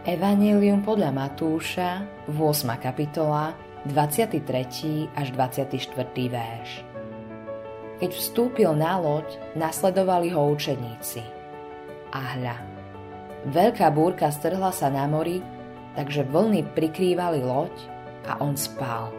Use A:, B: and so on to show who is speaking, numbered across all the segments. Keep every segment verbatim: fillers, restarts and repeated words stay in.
A: Evanjelium podľa Matúša, ôsma kapitola, dvadsiaty tretí až dvadsiaty štvrtý verš. Keď vstúpil na loď, nasledovali ho učeníci. A hľa, veľká búrka strhla sa na mori, takže vlny prikrývali loď a on spal.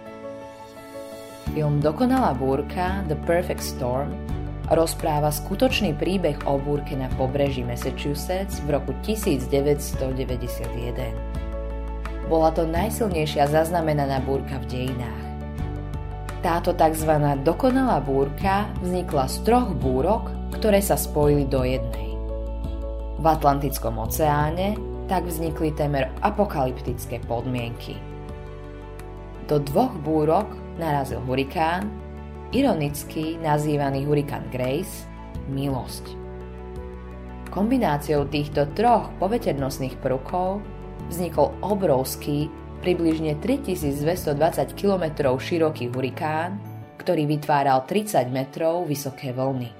A: Film Dokonalá búrka The Perfect Storm rozpráva skutočný príbeh o búrke na pobreží Massachusetts v roku devätnásťstodeväťdesiatjeden. Bola to najsilnejšia zaznamenaná búrka v dejinách. Táto tzv. Dokonalá búrka vznikla z troch búrok, ktoré sa spojili do jednej. V Atlantickom oceáne tak vznikli témer apokalyptické podmienky. Do dvoch búrok narazil hurikán, ironicky nazývaný hurikán Grace, milosť. Kombináciou týchto troch poveternostných prvkov vznikol obrovský, približne tritisícdvestodvadsať kilometrov široký hurikán, ktorý vytváral tridsať metrov vysoké vlny.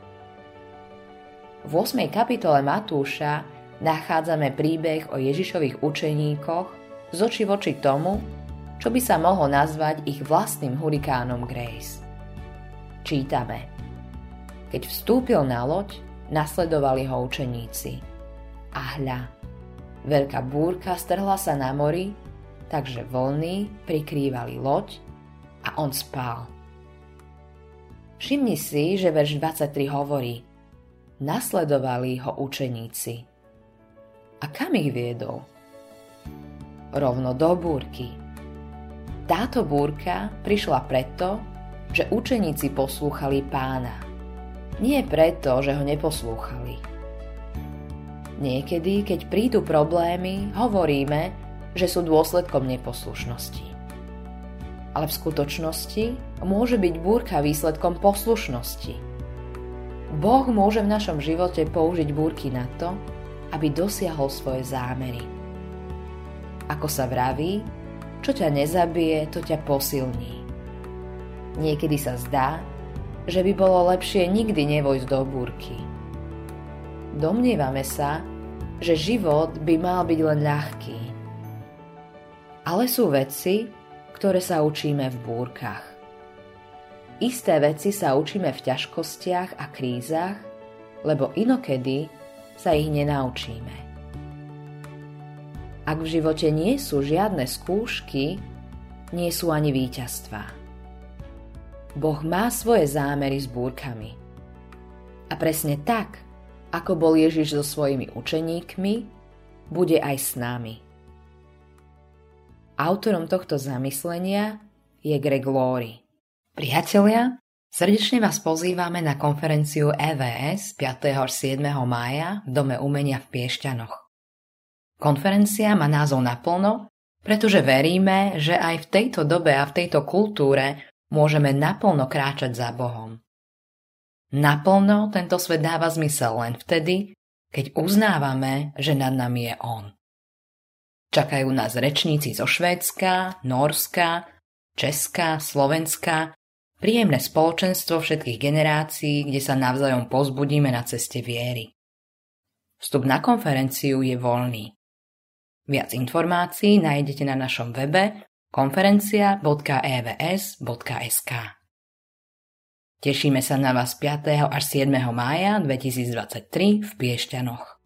A: V ôsmej kapitole Matúša nachádzame príbeh o Ježišových učeníkoch z očí v oči tomu, čo by sa mohlo nazvať ich vlastným hurikánom Grace. Čítame: Keď vstúpil na loď, nasledovali ho učeníci. A hľa, veľká búrka strhla sa na mori, takže vlny prikrývali loď a on spal. Všimni si, že verš dvadsaťtri hovorí: Nasledovali ho učeníci. A kam ich viedol? Rovno do búrky. Táto búrka prišla preto, že učeníci poslúchali Pána. Nie preto, že ho neposlúchali. Niekedy, keď prídu problémy, hovoríme, že sú dôsledkom neposlušnosti. Ale v skutočnosti môže byť búrka výsledkom poslušnosti. Boh môže v našom živote použiť búrky na to, aby dosiahol svoje zámery. Ako sa vraví, čo ťa nezabije, to ťa posilní. Niekedy sa zdá, že by bolo lepšie nikdy nevojsť do búrky. Domnievame sa, že život by mal byť len ľahký. Ale sú veci, ktoré sa učíme v búrkach. Isté veci sa učíme v ťažkostiach a krízach, lebo inokedy sa ich nenaučíme. Ak v živote nie sú žiadne skúšky, nie sú ani víťazstvá. Boh má svoje zámery s búrkami. A presne tak, ako bol Ježiš so svojimi učeníkmi, bude aj s nami. Autorom tohto zamyslenia je Greg Laurie. Priatelia, srdečne vás pozývame na konferenciu é vé es piateho až siedmeho mája v Dome umenia v Piešťanoch. Konferencia má názov Naplno, pretože veríme, že aj v tejto dobe a v tejto kultúre môžeme naplno kráčať za Bohom. Naplno tento svet dáva zmysel len vtedy, keď uznávame, že nad nami je On. Čakajú nás rečníci zo Švédska, Nórska, Česka, Slovenska, príjemné spoločenstvo všetkých generácií, kde sa navzájom povzbudíme na ceste viery. Vstup na konferenciu je voľný. Viac informácií nájdete na našom webe konferencia bodka é vé es bodka es ká. Tešíme sa na vás piateho až siedmeho mája dvetisícdvadsaťtri v Piešťanoch.